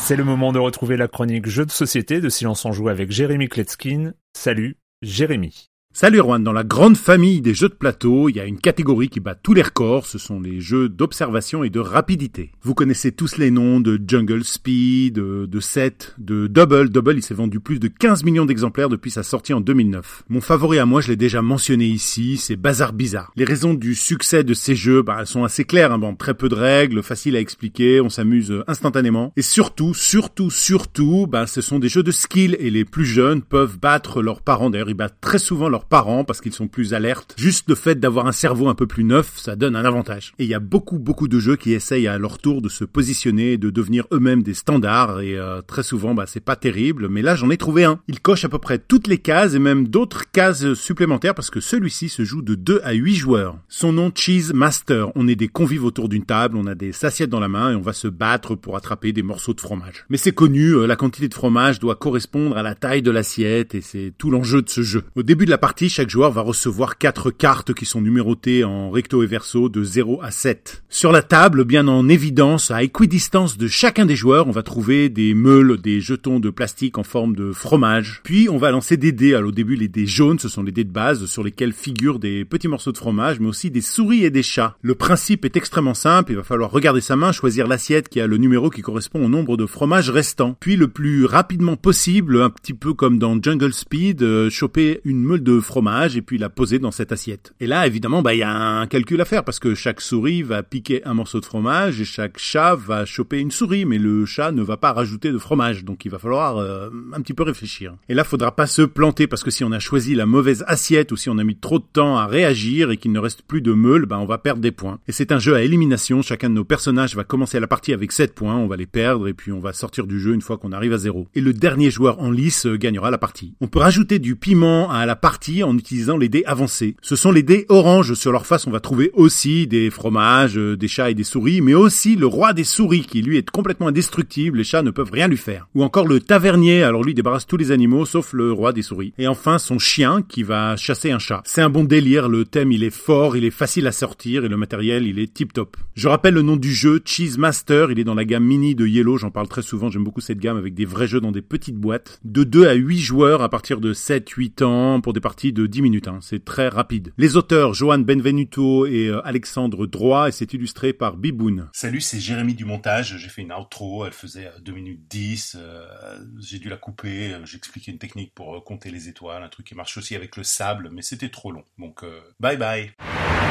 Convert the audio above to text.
C'est le moment de retrouver la chronique Jeux de société de Silence on Joue avec Jérémy Kletzkin. Salut, Jérémy. Salut Erwan, dans la grande famille des jeux de plateau, il y a une catégorie qui bat tous les records, ce sont les jeux d'observation et de rapidité. Vous connaissez tous les noms de Jungle Speed, de Set, de Double. Double, il s'est vendu plus de 15 millions d'exemplaires depuis sa sortie en 2009. Mon favori à moi, je l'ai déjà mentionné ici, c'est Bazar Bizarre. Les raisons du succès de ces jeux, elles sont assez claires, très peu de règles, faciles à expliquer, on s'amuse instantanément. Et surtout, ce sont des jeux de skill et les plus jeunes peuvent battre leurs parents. D'ailleurs, ils battent très souvent leurs parents parce qu'ils sont plus alertes. Juste le fait d'avoir un cerveau un peu plus neuf, ça donne un avantage. Et il y a beaucoup de jeux qui essayent à leur tour de se positionner et de devenir eux-mêmes des standards et très souvent c'est pas terrible, mais là j'en ai trouvé un. Il coche à peu près toutes les cases et même d'autres cases supplémentaires parce que celui-ci se joue de 2 à 8 joueurs. Son nom Cheese Master, on est des convives autour d'une table, on a des assiettes dans la main et on va se battre pour attraper des morceaux de fromage. Mais c'est connu, la quantité de fromage doit correspondre à la taille de l'assiette et c'est tout l'enjeu de ce jeu. Au début de la partie, chaque joueur va recevoir 4 cartes qui sont numérotées en recto et verso de 0 à 7. Sur la table, bien en évidence, à équidistance de chacun des joueurs, on va trouver des meules, des jetons de plastique en forme de fromage. Puis on va lancer des dés. Alors au début, les dés jaunes, ce sont les dés de base sur lesquels figurent des petits morceaux de fromage, mais aussi des souris et des chats. Le principe est extrêmement simple, il va falloir regarder sa main, choisir l'assiette qui a le numéro qui correspond au nombre de fromages restants. Puis le plus rapidement possible, un petit peu comme dans Jungle Speed, choper une meule de fromage et puis la poser dans cette assiette. Et là, évidemment, il y a un calcul à faire parce que chaque souris va piquer un morceau de fromage et chaque chat va choper une souris, mais le chat ne va pas rajouter de fromage, donc il va falloir un petit peu réfléchir. Et là, faudra pas se planter parce que si on a choisi la mauvaise assiette ou si on a mis trop de temps à réagir et qu'il ne reste plus de meules, on va perdre des points. Et c'est un jeu à élimination, chacun de nos personnages va commencer la partie avec 7 points, on va les perdre et puis on va sortir du jeu une fois qu'on arrive à 0. Et le dernier joueur en lice gagnera la partie. On peut rajouter du piment à la partie en utilisant les dés avancés. Ce sont les dés orange. Sur leur face, on va trouver aussi des fromages, des chats et des souris, mais aussi le roi des souris qui, lui, est complètement indestructible. Les chats ne peuvent rien lui faire. Ou encore le tavernier. Alors lui, débarrasse tous les animaux, sauf le roi des souris. Et enfin, son chien qui va chasser un chat. C'est un bon délire. Le thème, il est fort, il est facile à sortir et le matériel, il est tip-top. Je rappelle le nom du jeu, Cheese Master. Il est dans la gamme mini de Yellow. J'en parle très souvent. J'aime beaucoup cette gamme avec des vrais jeux dans des petites boîtes. De 2 à 8 joueurs à partir de 7-8 ans pour des parties de 10 minutes. C'est très rapide. Les auteurs, Johan Benvenuto et Alexandre Droit, et c'est illustré par Biboun. Salut, c'est Jérémy du montage. J'ai fait une outro, elle faisait 2 minutes 10. J'ai dû la couper. J'expliquais une technique pour compter les étoiles, un truc qui marche aussi avec le sable, mais c'était trop long. Donc, bye bye.